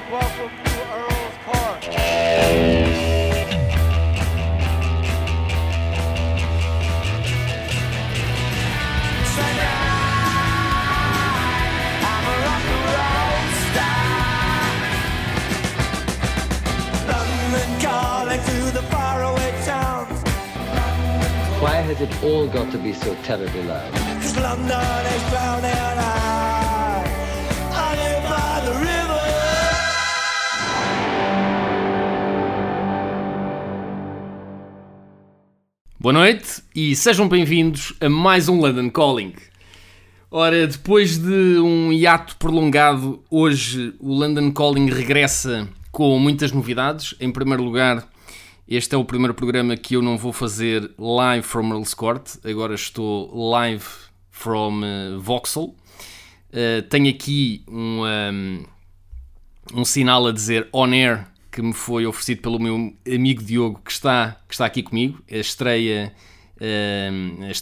Welcome to Earl's Park. I'm a rock and roll star. London calling to the faraway towns. Why has it all got to be so terribly loud? 'Cause London is drowning out. I live by the river. Boa noite e sejam bem-vindos a mais um London Calling. Ora, depois de um hiato prolongado, hoje o London Calling regressa com muitas novidades. Em primeiro lugar, este é o primeiro programa que eu não vou fazer live from Earl's Court. Agora estou live from Vauxhall. Tenho aqui um sinal a dizer on air que me foi oferecido pelo meu amigo Diogo, que está aqui comigo. A estreia